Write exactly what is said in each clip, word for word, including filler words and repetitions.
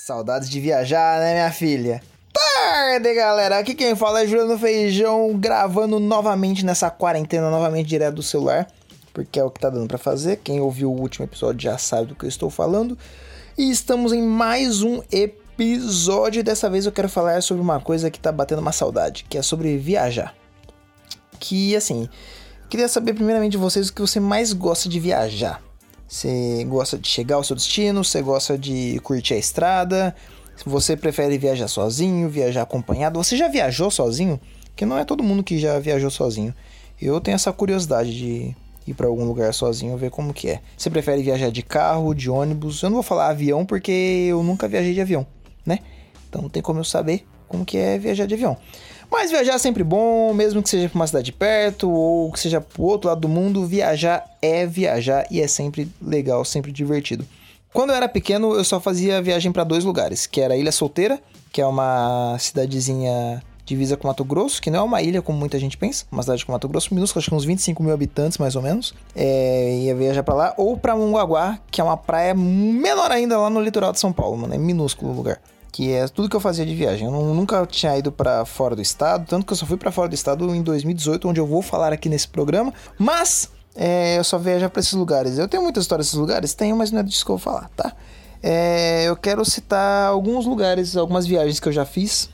Saudades de viajar, né, minha filha? Tarde, galera! Aqui quem fala é Juliano Feijão, gravando novamente nessa quarentena, novamente direto do celular, porque é o que tá dando pra fazer. Quem ouviu o último episódio já sabe do que eu estou falando. E estamos em mais um episódio, e dessa vez eu quero falar sobre uma coisa que tá batendo uma saudade, que é sobre viajar. Que, assim, queria saber primeiramente de vocês o que você mais gosta de viajar. Você gosta de chegar ao seu destino? Você gosta de curtir a estrada? Você prefere viajar sozinho, viajar acompanhado? Você já viajou sozinho? Porque não é todo mundo que já viajou sozinho. Eu tenho essa curiosidade de ir para algum lugar sozinho, ver como que é. Você prefere viajar de carro, de ônibus? Eu não vou falar avião porque eu nunca viajei de avião, né? Então não tem como eu saber como que é viajar de avião. Mas viajar é sempre bom, mesmo que seja para uma cidade perto ou que seja para o outro lado do mundo, viajar é viajar e é sempre legal, sempre divertido. Quando eu era pequeno, eu só fazia viagem para dois lugares, que era Ilha Solteira, que é uma cidadezinha divisa com Mato Grosso, que não é uma ilha como muita gente pensa, uma cidade com Mato Grosso minúscula, acho que uns vinte e cinco mil habitantes mais ou menos, é, ia viajar para lá, ou para Mongaguá, que é uma praia menor ainda lá no litoral de São Paulo, mano, é minúsculo o lugar. Que é tudo que eu fazia de viagem. Eu não, nunca tinha ido pra fora do estado, tanto que eu só fui pra fora do estado em dois mil e dezoito, onde eu vou falar aqui nesse programa, mas é, eu só viajo pra esses lugares. Eu tenho muitas histórias desses lugares? Tenho, mas não é disso que eu vou falar, tá? É, eu quero citar alguns lugares, algumas viagens que eu já fiz,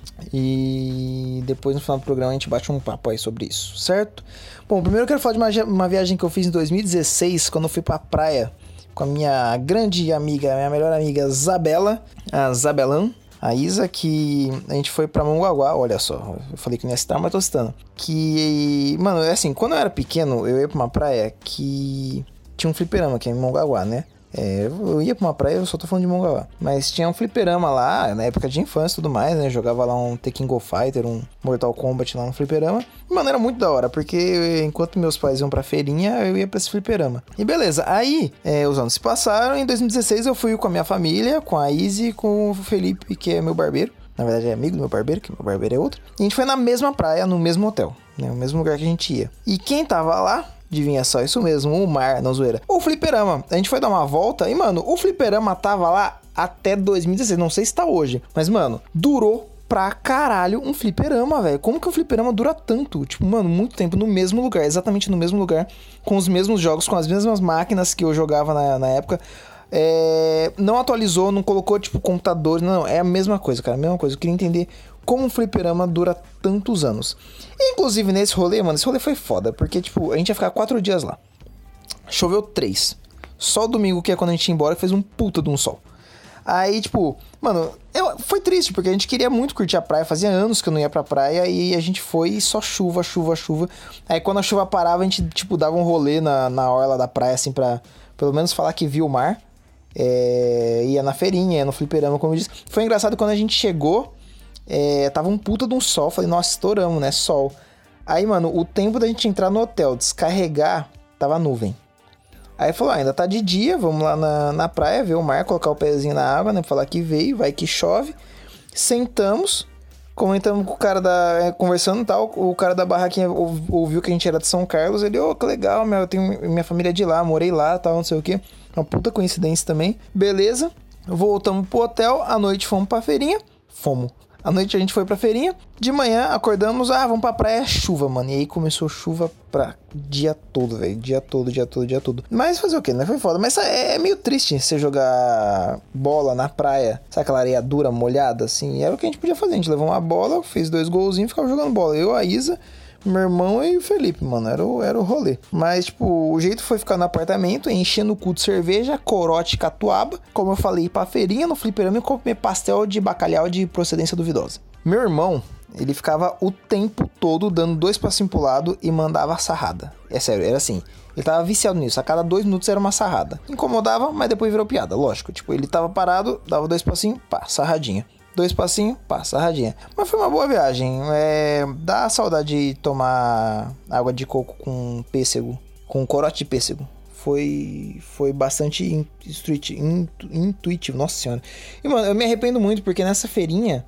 e depois no final do programa a gente bate um papo aí sobre isso, certo? Bom, primeiro eu quero falar de uma, uma viagem que eu fiz em dois mil e dezesseis, quando eu fui pra praia com a minha grande amiga, minha melhor amiga Zabela, a Zabelan, a Isa, que a gente foi pra Mongaguá, olha só, eu falei que não ia citar, mas tô citando. Que, mano, é assim, quando eu era pequeno, eu ia pra uma praia que tinha um fliperama, que é em Mongaguá, né? É, eu ia pra uma praia, eu só tô falando de Mongaguá. Mas tinha um fliperama lá, na época de infância e tudo mais, né? Jogava lá um Tekken Go Fighter, um Mortal Kombat lá no fliperama. Mano, era muito da hora, porque enquanto meus pais iam pra feirinha, eu ia pra esse fliperama. E beleza, aí é, os anos se passaram, em dois mil e dezesseis eu fui com a minha família, com a Izzy e com o Felipe, que é meu barbeiro. Na verdade é amigo do meu barbeiro, que meu barbeiro é outro. E a gente foi na mesma praia, no mesmo hotel, né? O mesmo lugar que a gente ia. E quem tava lá... Adivinha só, isso mesmo, o mar, não zoeira. O fliperama, a gente foi dar uma volta e, mano, o fliperama tava lá até dois mil e dezesseis, não sei se tá hoje. Mas, mano, durou pra caralho um fliperama, velho. Como que o fliperama dura tanto? Tipo, mano, muito tempo no mesmo lugar, exatamente no mesmo lugar, com os mesmos jogos, com as mesmas máquinas que eu jogava na, na época. É... Não atualizou, não colocou, tipo, computadores, não, é a mesma coisa, cara, a mesma coisa. Eu queria entender como um fliperama dura tantos anos. Inclusive, nesse rolê, mano, esse rolê foi foda, porque, tipo, a gente ia ficar quatro dias lá. Choveu três. Só domingo, que é quando a gente ia embora, fez um puta de um sol. Aí, tipo, mano, eu, foi triste, porque a gente queria muito curtir a praia. Fazia anos que eu não ia pra praia, e a gente foi e só chuva, chuva, chuva. Aí, quando a chuva parava, a gente, tipo, dava um rolê na, na orla da praia, assim, pra pelo menos falar que viu o mar. É, ia na feirinha, ia no fliperama, como eu disse. Foi engraçado quando a gente chegou... É, tava um puta de um sol, falei, nossa, estouramos, né, sol. Aí, mano, o tempo da gente entrar no hotel, descarregar, tava nuvem. Aí falou, ah, ainda tá de dia, vamos lá na, na praia, ver o mar, colocar o pezinho na água, né, falar que veio, vai que chove. Sentamos, comentamos com o cara da... Conversando e tal, o cara da barraquinha ouviu que a gente era de São Carlos, ele, ô, oh, que legal, meu, eu tenho minha família de lá, morei lá, tal, não sei o que. Uma puta coincidência também. Beleza, voltamos pro hotel, à noite fomos pra feirinha, fomos. À noite a gente foi pra feirinha, de manhã acordamos, ah, vamos pra praia, chuva, mano. E aí começou chuva pra dia todo, velho, dia todo, dia todo, dia todo. Mas fazer o quê, né? Foi foda. Mas é, é meio triste você jogar bola na praia, sabe aquela areia dura, molhada, assim? E era o que a gente podia fazer, a gente levou uma bola, fez dois golzinhos e ficava jogando bola. Eu, a Isa... meu irmão e o Felipe, mano, era o, era o rolê. Mas, tipo, o jeito foi ficar no apartamento, enchendo o cu de cerveja, corote, catuaba. Como eu falei, ir pra feirinha no fliperama e comer pastel de bacalhau de procedência duvidosa. Meu irmão, ele ficava o tempo todo dando dois passinhos pro lado e mandava sarrada. É sério, era assim. Ele tava viciado nisso, a cada dois minutos era uma sarrada. Incomodava, mas depois virou piada, lógico. Tipo, ele tava parado, dava dois passinhos, pá, sarradinha. Dois passinhos, pá, sarradinha. Mas foi uma boa viagem. É, dá saudade de tomar água de coco com pêssego, com corote de pêssego. Foi, foi bastante intuitivo, intuitivo, nossa senhora. E, mano, eu me arrependo muito porque nessa feirinha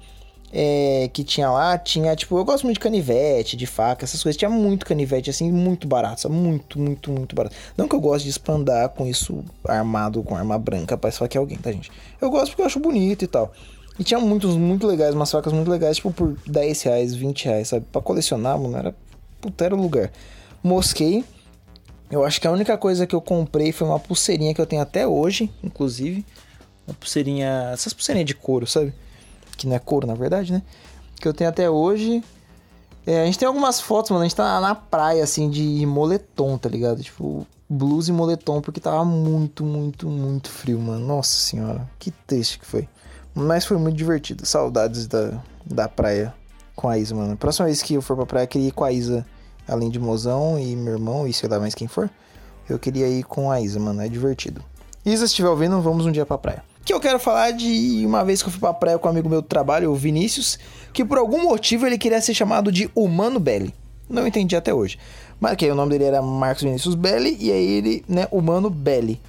é, que tinha lá, tinha, tipo, eu gosto muito de canivete, de faca, essas coisas. Tinha muito canivete, assim, muito barato, sabe? Muito, muito, muito barato. Não que eu gosto de espandar com isso armado, com arma branca pra esfaquear alguém, tá, gente? Eu gosto porque eu acho bonito e tal. E tinha muitos, muito legais, umas facas muito legais, tipo, por dez reais, vinte reais, sabe? Pra colecionar, mano, era... Puta, era o lugar. Mosquei. Eu acho que a única coisa que eu comprei foi uma pulseirinha que eu tenho até hoje, inclusive. Uma pulseirinha... Essas pulseirinhas de couro, sabe? Que não é couro, na verdade, né? Que eu tenho até hoje. É, a gente tem algumas fotos, mano. A gente tá na praia, assim, de moletom, tá ligado? Tipo, blusa e moletom, porque tava muito, muito, muito frio, mano. Nossa senhora, que triste que foi. Mas foi muito divertido. Saudades da, da praia com a Isa, mano. Próxima vez que eu for pra praia, eu queria ir com a Isa. Além de mozão e meu irmão e sei lá mais quem for. Eu queria ir com a Isa, mano. É divertido. Isa, se estiver ouvindo, vamos um dia pra praia. Que eu quero falar de uma vez que eu fui pra praia com um amigo meu do trabalho, o Vinícius, que por algum motivo ele queria ser chamado de Humano Belli. Não entendi até hoje. Mas que o nome dele era Marcos Vinícius Belli, e aí ele, né, Humano Belli.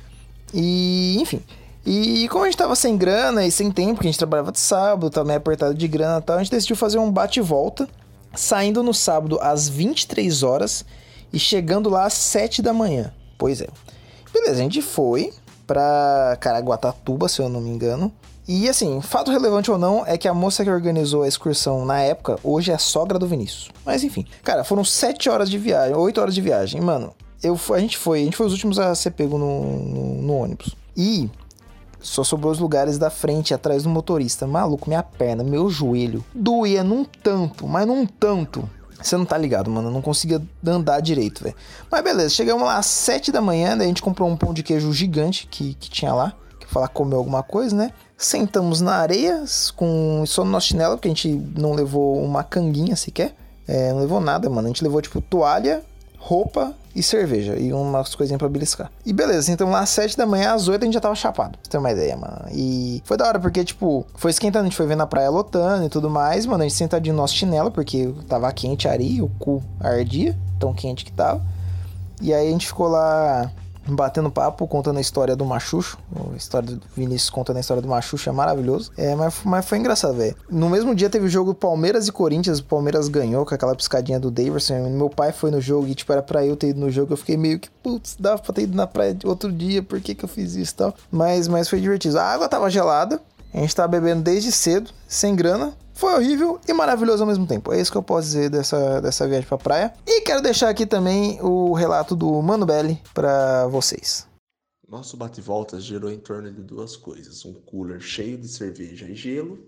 E, enfim. E como a gente tava sem grana e sem tempo, que a gente trabalhava de sábado, tava meio apertado de grana e tal, a gente decidiu fazer um bate e volta, saindo no sábado às vinte e três horas e chegando lá às sete da manhã. Pois é. Beleza, a gente foi pra Caraguatatuba, se eu não me engano. E assim, fato relevante ou não, é que a moça que organizou a excursão na época, hoje é a sogra do Vinícius. Mas enfim, cara, foram sete horas de viagem, oito horas de viagem. Mano, eu, a gente foi, a gente foi os últimos a ser pego no, no, no ônibus. E só sobrou os lugares da frente, atrás do motorista. Maluco, minha perna, meu joelho doía num tanto, mas num tanto. Você não tá ligado, mano. Eu não conseguia andar direito, velho. Mas beleza, chegamos lá às sete da manhã, daí a gente comprou um pão de queijo gigante que, que tinha lá. Que eu falar comer alguma coisa, né? Sentamos na areia, com só no nosso chinelo, porque a gente não levou uma canguinha sequer. É, não levou nada, mano. A gente levou, tipo, toalha, roupa e cerveja. E umas coisinhas pra beliscar. E beleza, então lá às sete da manhã, às oito a gente já tava chapado. Pra você ter uma ideia, mano. E foi da hora, porque, tipo, foi esquentando. A gente foi vendo a praia lotando e tudo mais. Mano, a gente sentadinho no nosso chinelo, porque tava quente a areia, o cu ardia. Tão quente que tava. E aí a gente ficou lá batendo papo, contando a história do Machucho. A história do Vinícius contando a história do Machucho é maravilhoso. É, mas, mas foi engraçado, velho. No mesmo dia teve o jogo Palmeiras e Corinthians. O Palmeiras ganhou com aquela piscadinha do Daverson. Meu pai foi no jogo e, tipo, era pra eu ter ido no jogo. Eu fiquei meio que, putz, dava pra ter ido na praia outro dia. Por que que eu fiz isso e tal? Mas, mas foi divertido. A água tava gelada. A gente tava bebendo desde cedo, sem grana. Foi horrível e maravilhoso ao mesmo tempo. É isso que eu posso dizer dessa, dessa viagem pra praia. E quero deixar aqui também o relato do Mano Belli pra vocês. Nosso bate-voltas girou em torno de duas coisas. Um cooler cheio de cerveja e gelo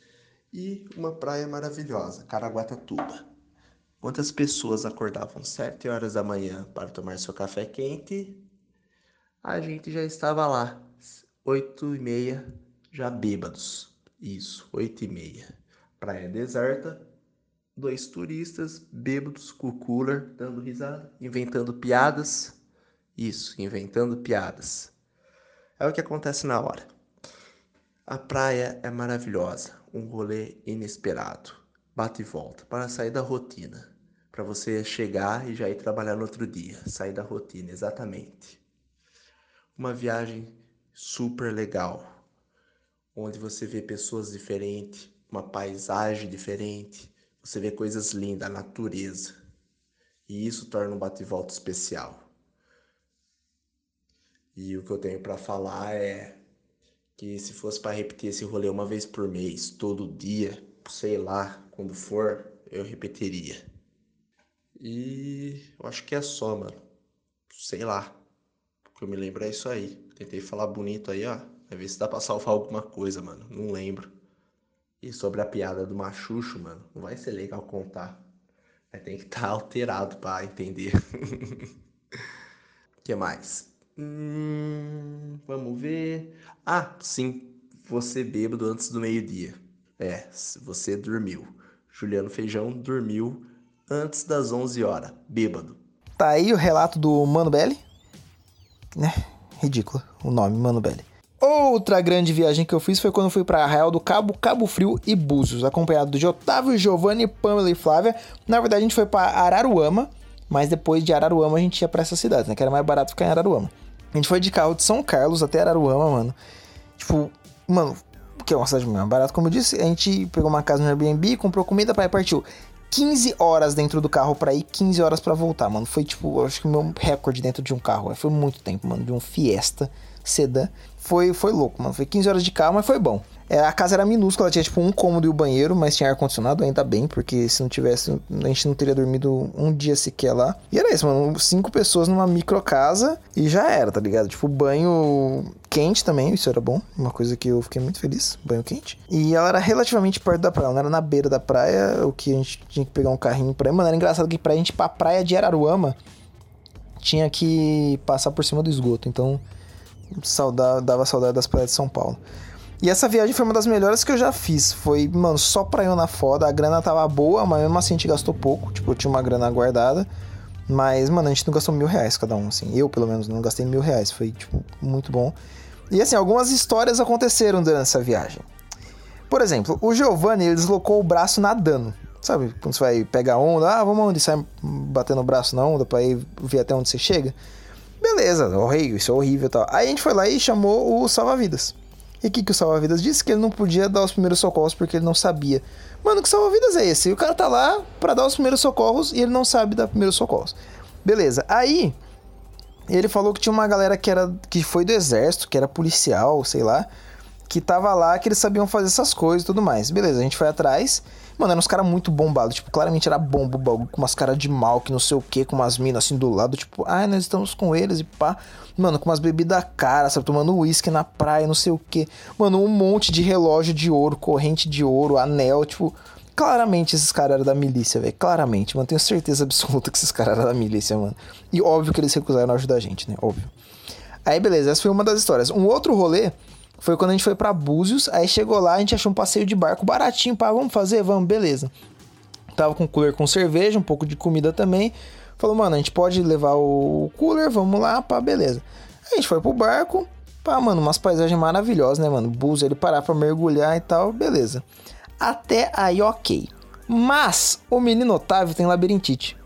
e uma praia maravilhosa, Caraguatatuba. Quantas pessoas acordavam sete horas da manhã para tomar seu café quente? A gente já estava lá, oito e meia, já bêbados. Isso, oito e meia. Praia deserta, dois turistas bêbados com o cooler, dando risada, inventando piadas. Isso, inventando piadas. É o que acontece na hora. A praia é maravilhosa, um rolê inesperado. Bate e volta, para sair da rotina. Para você chegar e já ir trabalhar no outro dia. Sair da rotina, exatamente. Uma viagem super legal, onde você vê pessoas diferentes, uma paisagem diferente, você vê coisas lindas, a natureza. E isso torna um bate-volta especial. E o que eu tenho para falar é que se fosse para repetir esse rolê uma vez por mês, todo dia, sei lá, quando for, eu repetiria. E eu acho que é só, mano. Sei lá. O que eu me lembro é isso aí. Tentei falar bonito aí, ó. Vai ver se dá pra salvar alguma coisa, mano. Não lembro. E sobre a piada do Machucho, mano, não vai ser legal contar. Vai ter que estar alterado pra entender. O que mais? Hum, vamos ver. Ah, sim. Você bêbado antes do meio-dia. É, você dormiu. Juliano Feijão dormiu antes das onze horas. Bêbado. Tá aí o relato do Mano Belli. Né? Ridículo o nome, Mano Belli. Outra grande viagem que eu fiz foi quando eu fui pra Arraial do Cabo, Cabo Frio e Búzios, acompanhado de Otávio, Giovanni, Pamela e Flávia. Na verdade, a gente foi pra Araruama, mas depois de Araruama a gente ia pra essa cidade, né? Que era mais barato ficar em Araruama. A gente foi de carro de São Carlos até Araruama, mano. Tipo, mano, que é uma cidade mais barata, como eu disse, a gente pegou uma casa no Airbnb, comprou comida, pra ir partiu. quinze horas dentro do carro pra ir, quinze horas pra voltar, mano. Foi, tipo, eu acho que o meu recorde dentro de um carro. Foi muito tempo, mano, de um Fiesta sedã. Foi, foi louco, mano. Foi quinze horas de carro, mas foi bom. É, a casa era minúscula, ela tinha, tipo, um cômodo e o banheiro, mas tinha ar-condicionado, ainda bem, porque se não tivesse, a gente não teria dormido um dia sequer lá. E era isso, mano. Cinco pessoas numa micro casa e já era, tá ligado? Tipo, banho quente também, isso era bom. Uma coisa que eu fiquei muito feliz, banho quente. E ela era relativamente perto da praia, ela não era na beira da praia, o que a gente tinha que pegar um carrinho pra ir. Mano, era engraçado que pra gente ir pra praia de Araruama, tinha que passar por cima do esgoto, então saudade, dava saudade das praias de São Paulo. E essa viagem foi uma das melhores que eu já fiz. Foi, mano, só praiona foda. A grana tava boa, mas mesmo assim a gente gastou pouco. Tipo, eu tinha uma grana guardada. Mas, mano, a gente não gastou mil reais cada um, assim. Eu, pelo menos, não gastei mil reais. Foi, tipo, muito bom. E, assim, algumas histórias aconteceram durante essa viagem. Por exemplo, o Giovanni, ele deslocou o braço nadando. Sabe, quando você vai pegar onda, ah, vamos onde? Sai batendo o braço na onda pra ir ver até onde você chega. Beleza, horrível, isso é horrível e tal. Aí a gente foi lá e chamou o salva-vidas. E o que, que o salva-vidas disse? Que ele não podia dar os primeiros socorros porque ele não sabia. Mano, que salva-vidas é esse? E o cara tá lá pra dar os primeiros socorros e ele não sabe dar primeiros socorros. Beleza, aí ele falou que tinha uma galera que, era, que foi do exército, que era policial, sei lá, que tava lá, que eles sabiam fazer essas coisas e tudo mais. Beleza, a gente foi atrás. Mano, eram uns caras muito bombados. Tipo, claramente era bomba o bagulho, com umas caras de mal, que não sei o que, com umas minas assim do lado. Tipo, ai, ah, nós estamos com eles e pá. Mano, com umas bebidas caras, sabe? Tomando uísque na praia, não sei o que. Mano, um monte de relógio de ouro, corrente de ouro, anel. Tipo, claramente esses caras eram da milícia, velho. Claramente, mano. Tenho certeza absoluta que esses caras eram da milícia, mano. E óbvio que eles recusaram ajudar a gente, né? Óbvio. Aí, beleza, essa foi uma das histórias. Um outro rolê foi quando a gente foi pra Búzios. Aí chegou lá, a gente achou um passeio de barco baratinho, pá, vamos fazer? Vamos, beleza. Tava com um cooler com cerveja, um pouco de comida também. Falou, mano, a gente pode levar o cooler, vamos lá, pá, beleza. Aí a gente foi pro barco, pá, mano, umas paisagens maravilhosas, né, mano? Búzios, ele parar pra mergulhar e tal, beleza. Até aí, ok. Mas o menino Otávio tem labirintite.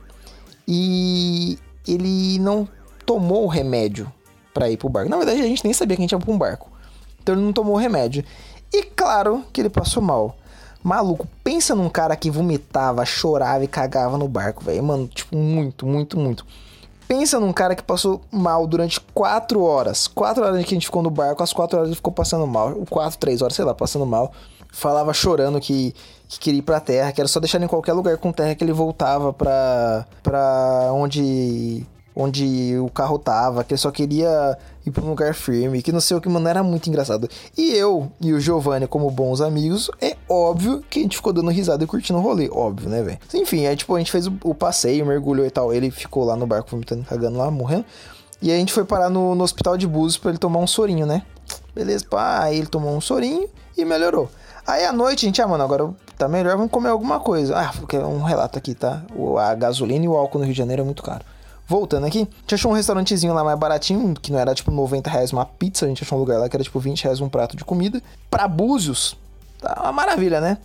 E ele não tomou o remédio pra ir pro barco. Na verdade, a gente nem sabia que a gente ia pra um barco. Então ele não tomou o remédio. E claro que ele passou mal. Maluco, pensa num cara que vomitava, chorava e cagava no barco, velho. Mano, tipo, muito, muito, muito. Pensa num cara que passou mal durante quatro horas. Quatro horas que a gente ficou no barco, as quatro horas ele ficou passando mal. Quatro, três horas, sei lá, passando mal. Falava chorando que, que queria ir pra terra, que era só deixar ele em qualquer lugar com terra que ele voltava pra, pra onde... onde o carro tava, que ele só queria ir pra um lugar firme, que não sei o que, mano, era muito engraçado. E eu e o Giovanni, como bons amigos, é óbvio que a gente ficou dando risada e curtindo o rolê, óbvio, né, velho? Enfim, aí, tipo, a gente fez o, o passeio, mergulhou e tal, ele ficou lá no barco vomitando, cagando lá, morrendo. E aí a gente foi parar no, no hospital de Búzios pra ele tomar um sorinho, né? Beleza, pá, aí ele tomou um sorinho e melhorou. Aí à noite a gente, ah, mano, agora tá melhor, vamos comer alguma coisa. Ah, porque é um relato aqui, tá? O, a gasolina e o álcool no Rio de Janeiro é muito caro. Voltando aqui, a gente achou um restaurantezinho lá mais baratinho, que não era tipo noventa reais uma pizza, a gente achou um lugar lá que era tipo vinte reais um prato de comida. Pra Búzios, tá uma maravilha, né?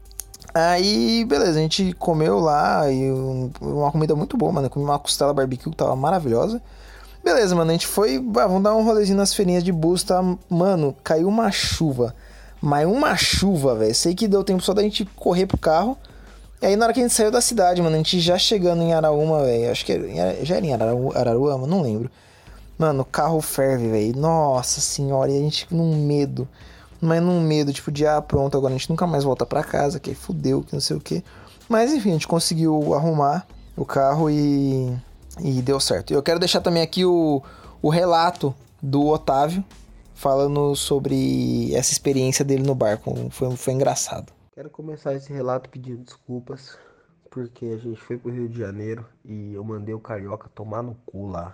Aí, beleza, a gente comeu lá e um, uma comida muito boa, mano. Comi uma costela barbecue que tava maravilhosa. Beleza, mano, a gente foi, ah, vamos dar um rolezinho nas feirinhas de Búzios, tá? Mano, caiu uma chuva, mas uma chuva, velho. Sei que deu tempo só da gente correr pro carro. E aí na hora que a gente saiu da cidade, mano, a gente já chegando em Araúma, velho, acho que era, já era em Araru, Araruama, não lembro. Mano, o carro ferve, velho, nossa senhora, e a gente num medo, mas num medo, tipo, de, ah, pronto, agora a gente nunca mais volta pra casa, que aí fudeu, que não sei o que. Mas enfim, a gente conseguiu arrumar o carro e, e deu certo. E eu quero deixar também aqui o, o relato do Otávio, falando sobre essa experiência dele no barco, foi, foi engraçado. Quero começar esse relato pedindo desculpas, porque a gente foi pro Rio de Janeiro e eu mandei o Carioca tomar no cu lá.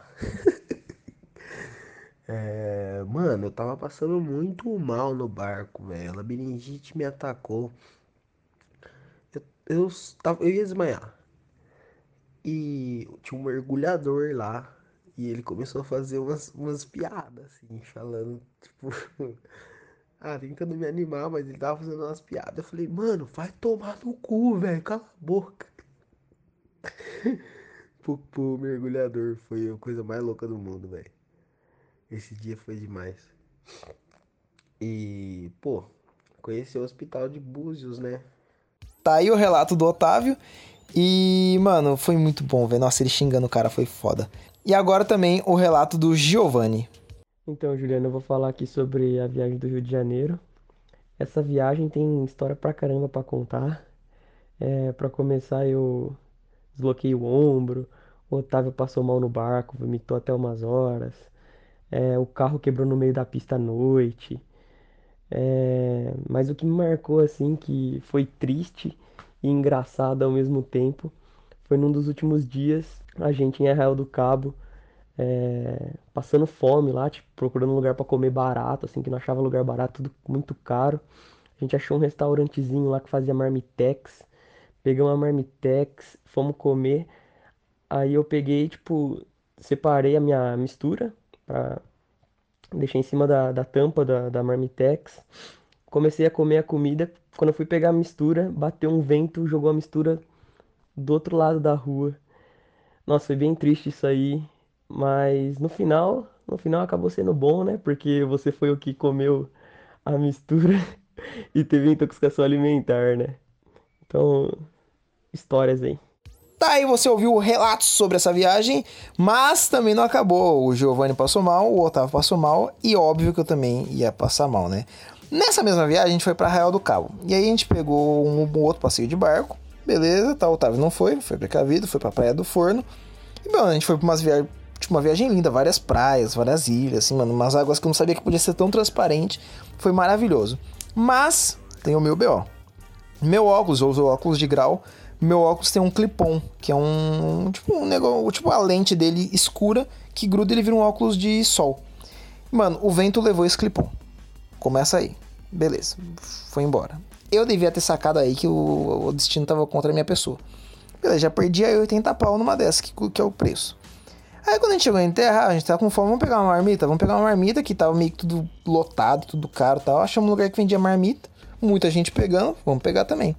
É, mano, eu tava passando muito mal no barco, velho. A labirintite me atacou. Eu, eu, tava, eu ia desmaiar. E tinha um mergulhador lá. E ele começou a fazer umas, umas piadas, assim, falando, tipo. Ah, tentando me animar, mas ele tava fazendo umas piadas. Eu falei, mano, vai tomar no cu, velho. Cala a boca. Pro, pro mergulhador foi a coisa mais louca do mundo, velho. Esse dia foi demais. E, pô, Conheci o Hospital de Búzios, né? Tá aí o relato do Otávio. E, mano, foi muito bom, velho. Nossa, ele xingando o cara foi foda. E agora também o relato do Giovanni. Então, Juliano, eu vou falar aqui sobre a viagem do Rio de Janeiro. Essa viagem tem história pra caramba pra contar. É, para começar, eu desloquei o ombro, o Otávio passou mal no barco, vomitou até umas horas. É, o carro quebrou no meio da pista à noite. É, mas o que me marcou, assim, que foi triste e engraçado ao mesmo tempo, foi num dos últimos dias, a gente em Arraial do Cabo, é, passando fome lá, tipo, procurando um lugar pra comer barato, assim, que não achava lugar barato, tudo muito caro. A gente achou um restaurantezinho lá que fazia marmitex. Pegamos uma marmitex, fomos comer. Aí eu peguei, tipo, separei a minha mistura, pra... deixei em cima da, da tampa da, da marmitex. Comecei a comer a comida. Quando eu fui pegar a mistura, bateu um vento, jogou a mistura do outro lado da rua. Nossa, foi bem triste isso aí. Mas no final, no final acabou sendo bom, né? Porque você foi o que comeu a mistura e teve intoxicação alimentar, né? Então, histórias aí. Tá aí, você ouviu relatos sobre essa viagem, mas também não acabou. O Giovanni passou mal, o Otávio passou mal e óbvio que eu também ia passar mal, né? Nessa mesma viagem a gente foi pra Arraial do Cabo. E aí a gente pegou um, um outro passeio de barco. Beleza, tá, o Otávio não foi, foi precavido, foi pra Praia do Forno. E bom, a gente foi pra umas viagens, tipo uma viagem linda, várias praias, várias ilhas, assim, mano, umas águas que eu não sabia que podia ser tão transparente. Foi maravilhoso. Mas tem o meu B O. Meu óculos, eu uso óculos de grau. Meu óculos tem um clip-on, que é um tipo um negócio, tipo a lente dele escura que gruda e ele vira um óculos de sol. Mano, o vento levou esse clip-on. Começa aí. Beleza. Foi embora. Eu devia ter sacado aí que o, o destino tava contra a minha pessoa. Beleza, já perdi aí oitenta pau numa dessas, que, que é o preço. Aí quando a gente chegou em terra, a gente tava com fome, vamos pegar uma marmita? Vamos pegar uma marmita que tava meio que tudo lotado, tudo caro e tal. Achamos um lugar que vendia marmita. Muita gente pegando, vamos pegar também.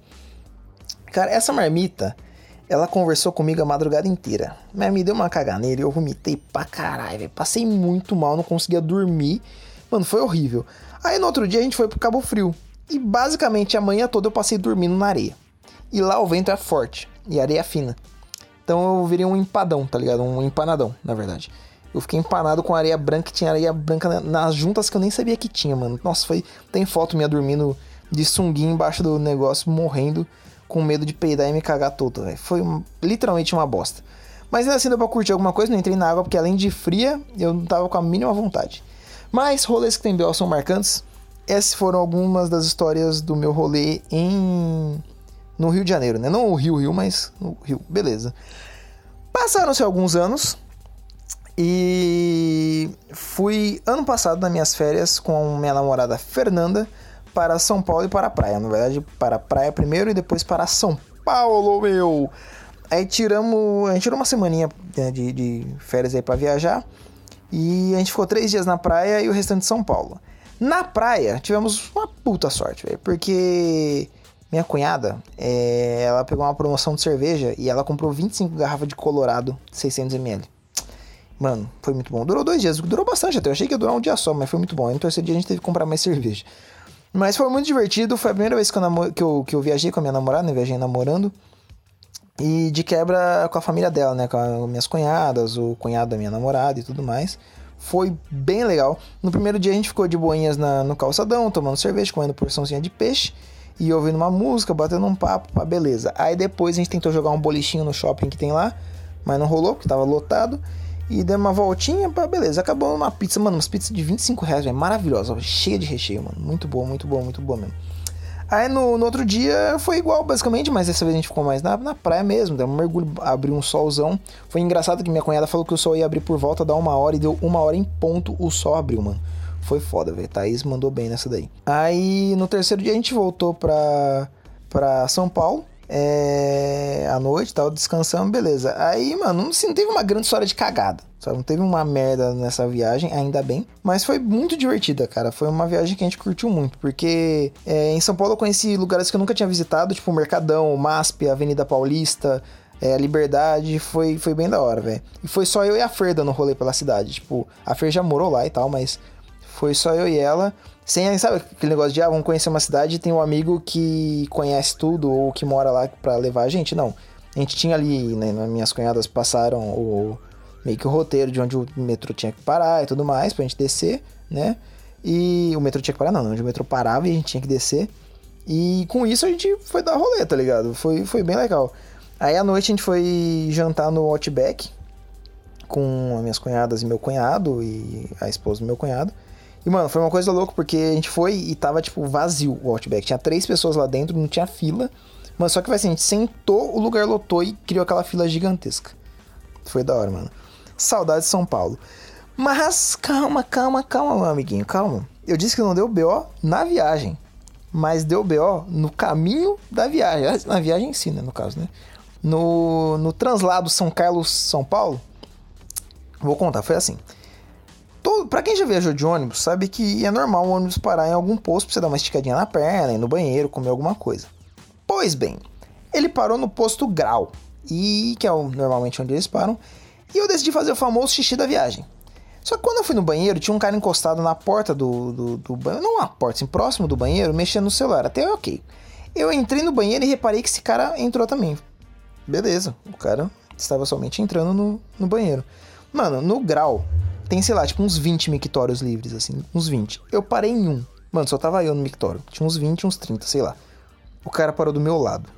Cara, essa marmita, ela conversou comigo a madrugada inteira. Mas me deu uma caganeira e eu vomitei pra caralho, velho. Passei muito mal, não conseguia dormir. Mano, foi horrível. Aí no outro dia a gente foi pro Cabo Frio. E basicamente a manhã toda eu passei dormindo na areia. E lá o vento é forte e a areia é fina. Então eu virei um empadão, tá ligado? Um empanadão, na verdade. Eu fiquei empanado com areia branca, tinha areia branca nas juntas que eu nem sabia que tinha, mano. Nossa, foi... Tem foto minha dormindo de sunguinha embaixo do negócio, morrendo, com medo de peidar e me cagar todo, velho. Foi um... literalmente uma bosta. Mas ainda assim deu pra curtir alguma coisa, não entrei na água, porque além de fria, eu não tava com a mínima vontade. Mas rolês que tem B O são marcantes. Essas foram algumas das histórias do meu rolê em... no Rio de Janeiro, né? Não o Rio, Rio, mas no Rio. Beleza. Passaram-se alguns anos e fui ano passado nas minhas férias com minha namorada Fernanda para São Paulo e para a praia. Na verdade, para a praia primeiro e depois para São Paulo, meu! Aí tiramos... A gente tirou uma semaninha, né, de, de férias aí para viajar. E a gente ficou três dias na praia e o restante de São Paulo. Na praia, tivemos uma puta sorte, velho. Porque minha cunhada, é, ela pegou uma promoção de cerveja e ela comprou vinte e cinco garrafas de Colorado, seiscentos mililitros. Mano, foi muito bom. Durou dois dias, durou bastante até. Eu achei que ia durar um dia só, mas foi muito bom. Aí no terceiro dia a gente teve que comprar mais cerveja. Mas foi muito divertido. Foi a primeira vez que eu, namor... que eu, que eu viajei com a minha namorada, né? Viajei namorando. E de quebra com a família dela, né? Com as minhas cunhadas, o cunhado da minha namorada e tudo mais. Foi bem legal. No primeiro dia a gente ficou de boinhas na, no calçadão, tomando cerveja, comendo porçãozinha de peixe. E ouvindo uma música, batendo um papo, pá, beleza. Aí depois a gente tentou jogar um bolichinho no shopping que tem lá. Mas não rolou, porque tava lotado. E deu uma voltinha, pá, beleza. Acabou uma pizza, mano, umas pizzas de vinte e cinco reais, velho. Maravilhosa, cheia de recheio, mano. Muito boa, muito boa, muito boa mesmo. Aí no, no outro dia foi igual, basicamente, mas dessa vez a gente ficou mais na, na praia mesmo. Deu um mergulho, abriu um solzão. Foi engraçado que minha cunhada falou que o sol ia abrir por volta da uma hora e deu uma hora em ponto o sol abriu, mano. Foi foda, velho. Thaís mandou bem nessa daí. Aí no terceiro dia a gente voltou pra, pra São Paulo. É, à noite, tava descansando, beleza. Aí, mano, assim, não teve uma grande história de cagada, sabe? Não teve uma merda nessa viagem, ainda bem. Mas foi muito divertida, cara. Foi uma viagem que a gente curtiu muito. Porque é, em São Paulo eu conheci lugares que eu nunca tinha visitado, tipo o Mercadão, o MASP, a Avenida Paulista, é, a Liberdade. Foi, foi bem da hora, velho. E foi só eu e a Fer dando rolê pela cidade. Tipo, a Fer já morou lá e tal, mas foi só eu e ela. Sem, sabe aquele negócio de, ah, vamos conhecer uma cidade e tem um amigo que conhece tudo ou que mora lá pra levar a gente? Não. A gente tinha ali, né, minhas cunhadas passaram o, meio que o roteiro de onde o metrô tinha que parar e tudo mais, pra gente descer, né? E o metrô tinha que parar, não, onde o metrô parava e a gente tinha que descer. E com isso a gente foi dar rolê, tá ligado? Foi, foi bem legal. Aí à noite a gente foi jantar no Outback com as minhas cunhadas e meu cunhado e a esposa do meu cunhado. E, mano, foi uma coisa louca, porque a gente foi e tava, tipo, vazio o Outback. Tinha três pessoas lá dentro, não tinha fila. Mano, só que, assim, a gente sentou, o lugar lotou e criou aquela fila gigantesca. Foi da hora, mano. Saudade de São Paulo. Mas, calma, calma, calma, meu amiguinho, calma. Eu disse que não deu B O na viagem, mas deu B O no caminho da viagem. Na viagem em si, né, no caso, né? No, no translado São Carlos-São Paulo, vou contar, foi assim. Todo, pra quem já viajou de ônibus, sabe que é normal o ônibus parar em algum posto pra você dar uma esticadinha na perna, ir no banheiro, comer alguma coisa. Pois bem, ele parou no posto Grau, e que é o, normalmente onde eles param, e eu decidi fazer o famoso xixi da viagem. Só que quando eu fui no banheiro, tinha um cara encostado na porta do, do, do banheiro, não na porta, assim, próximo do banheiro, mexendo no celular, até ok. Eu entrei no banheiro e reparei que esse cara entrou também. Beleza, o cara estava somente entrando no, no banheiro. Mano, no Grau, tem, sei lá, tipo uns vinte mictórios livres, assim, uns vinte. Eu parei em um. Mano, só tava eu no mictório. Tinha uns vinte, uns trinta, sei lá. O cara parou do meu lado.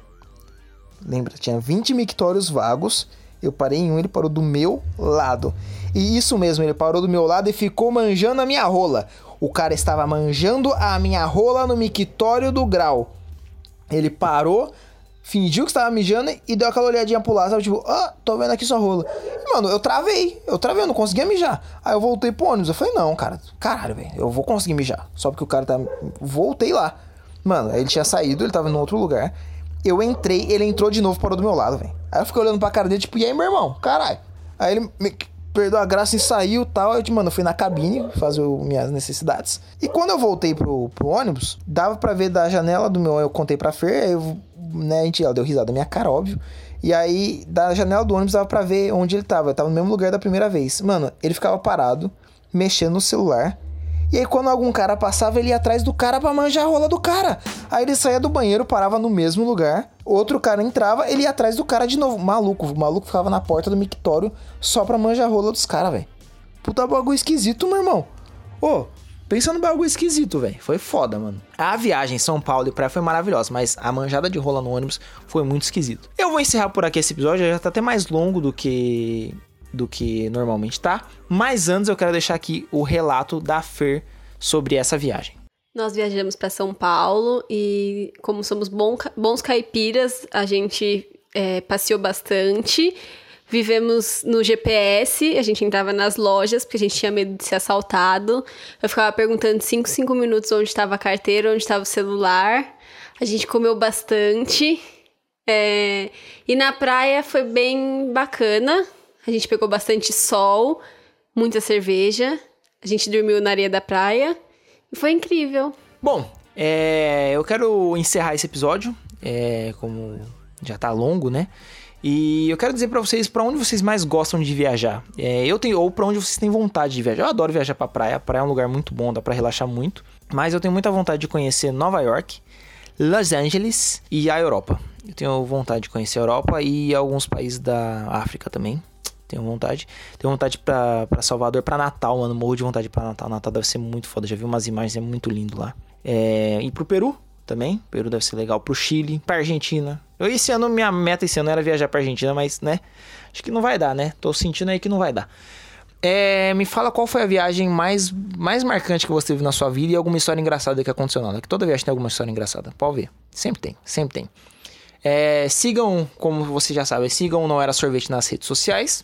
Lembra? Tinha vinte mictórios vagos. Eu parei em um, ele parou do meu lado. E isso mesmo, ele parou do meu lado e ficou manjando a minha rola. O cara estava manjando a minha rola no mictório do Grau. Ele parou, fingiu que estava mijando e deu aquela olhadinha pro lado, sabe? Tipo, ah, tô vendo aqui sua rola. E, mano, eu travei, eu travei, eu não conseguia mijar. Aí eu voltei pro ônibus, eu falei, não, cara, caralho, velho, eu vou conseguir mijar. Só porque o cara tá... Voltei lá. Mano, aí ele tinha saído, ele tava em outro lugar. Eu entrei, ele entrou de novo, parou do meu lado, velho. Aí eu fiquei olhando pra cara dele, tipo, e aí, meu irmão? Caralho. Aí ele me perdeu a graça e saiu e tal. Aí, mano, eu fui na cabine fazer o, minhas necessidades. E quando eu voltei pro, pro ônibus, dava pra ver da janela do meu... Eu contei pra Fer, eu, né, a gente, ela deu risada na minha cara, óbvio. E aí, da janela do ônibus, dava pra ver onde ele tava. Eu tava no mesmo lugar da primeira vez. Mano, ele ficava parado, mexendo no celular. E aí, quando algum cara passava, ele ia atrás do cara pra manjar a rola do cara. Aí ele saía do banheiro, parava no mesmo lugar. Outro cara entrava, ele ia atrás do cara de novo. Maluco, o maluco ficava na porta do mictório só pra manjar a rola dos caras, velho. Puta bagulho esquisito, meu irmão. Ô, pensa no bagulho esquisito, velho. Foi foda, mano. A viagem em São Paulo e praia foi maravilhosa, mas a manjada de rola no ônibus foi muito esquisito. Eu vou encerrar por aqui esse episódio, já tá até mais longo do que... do que normalmente tá. Mas antes eu quero deixar aqui o relato da Fer sobre essa viagem. Nós viajamos para São Paulo e, como somos bom, bons caipiras, a gente é, passeou bastante. Vivemos no G P S, a gente entrava nas lojas porque a gente tinha medo de ser assaltado. Eu ficava perguntando cinco, cinco minutos onde estava a carteira, onde estava o celular. A gente comeu bastante. É, e na praia foi bem bacana. A gente pegou bastante sol, muita cerveja. A gente dormiu na areia da praia. E foi incrível. Bom, é, eu quero encerrar esse episódio. É, como já tá longo, né? E eu quero dizer pra vocês pra onde vocês mais gostam de viajar. É, eu tenho, ou pra onde vocês têm vontade de viajar. Eu adoro viajar pra praia. A praia é um lugar muito bom, dá pra relaxar muito. Mas eu tenho muita vontade de conhecer Nova York, Los Angeles e a Europa. Eu tenho vontade de conhecer a Europa e alguns países da África também. Tenho vontade. Tenho vontade pra, pra Salvador, pra Natal, mano. Morro de vontade pra Natal. Natal deve ser muito foda. Já vi umas imagens, é muito lindo lá. É, e pro Peru também. Peru deve ser legal. Pro Chile, pra Argentina. Eu, esse ano, minha meta esse ano era viajar pra Argentina, mas, né? Acho que não vai dar, né? Tô sentindo aí que não vai dar. É, me fala qual foi a viagem mais, mais marcante que você teve na sua vida e alguma história engraçada que aconteceu nela. Que toda viagem tem alguma história engraçada. Pode ver. Sempre tem, sempre tem. É, sigam, como você já sabe, sigam Não Era Sorvete nas redes sociais.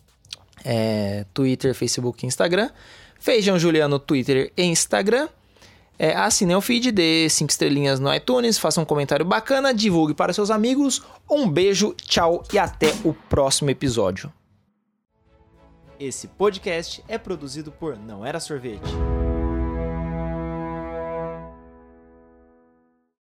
É, Twitter, Facebook e Instagram. Feijão Juliano, Twitter e Instagram. É, assinem o feed, dê cinco estrelinhas no iTunes, faça um comentário bacana, divulgue para seus amigos. Um beijo, tchau e até o próximo episódio. Esse podcast é produzido por Não Era Sorvete.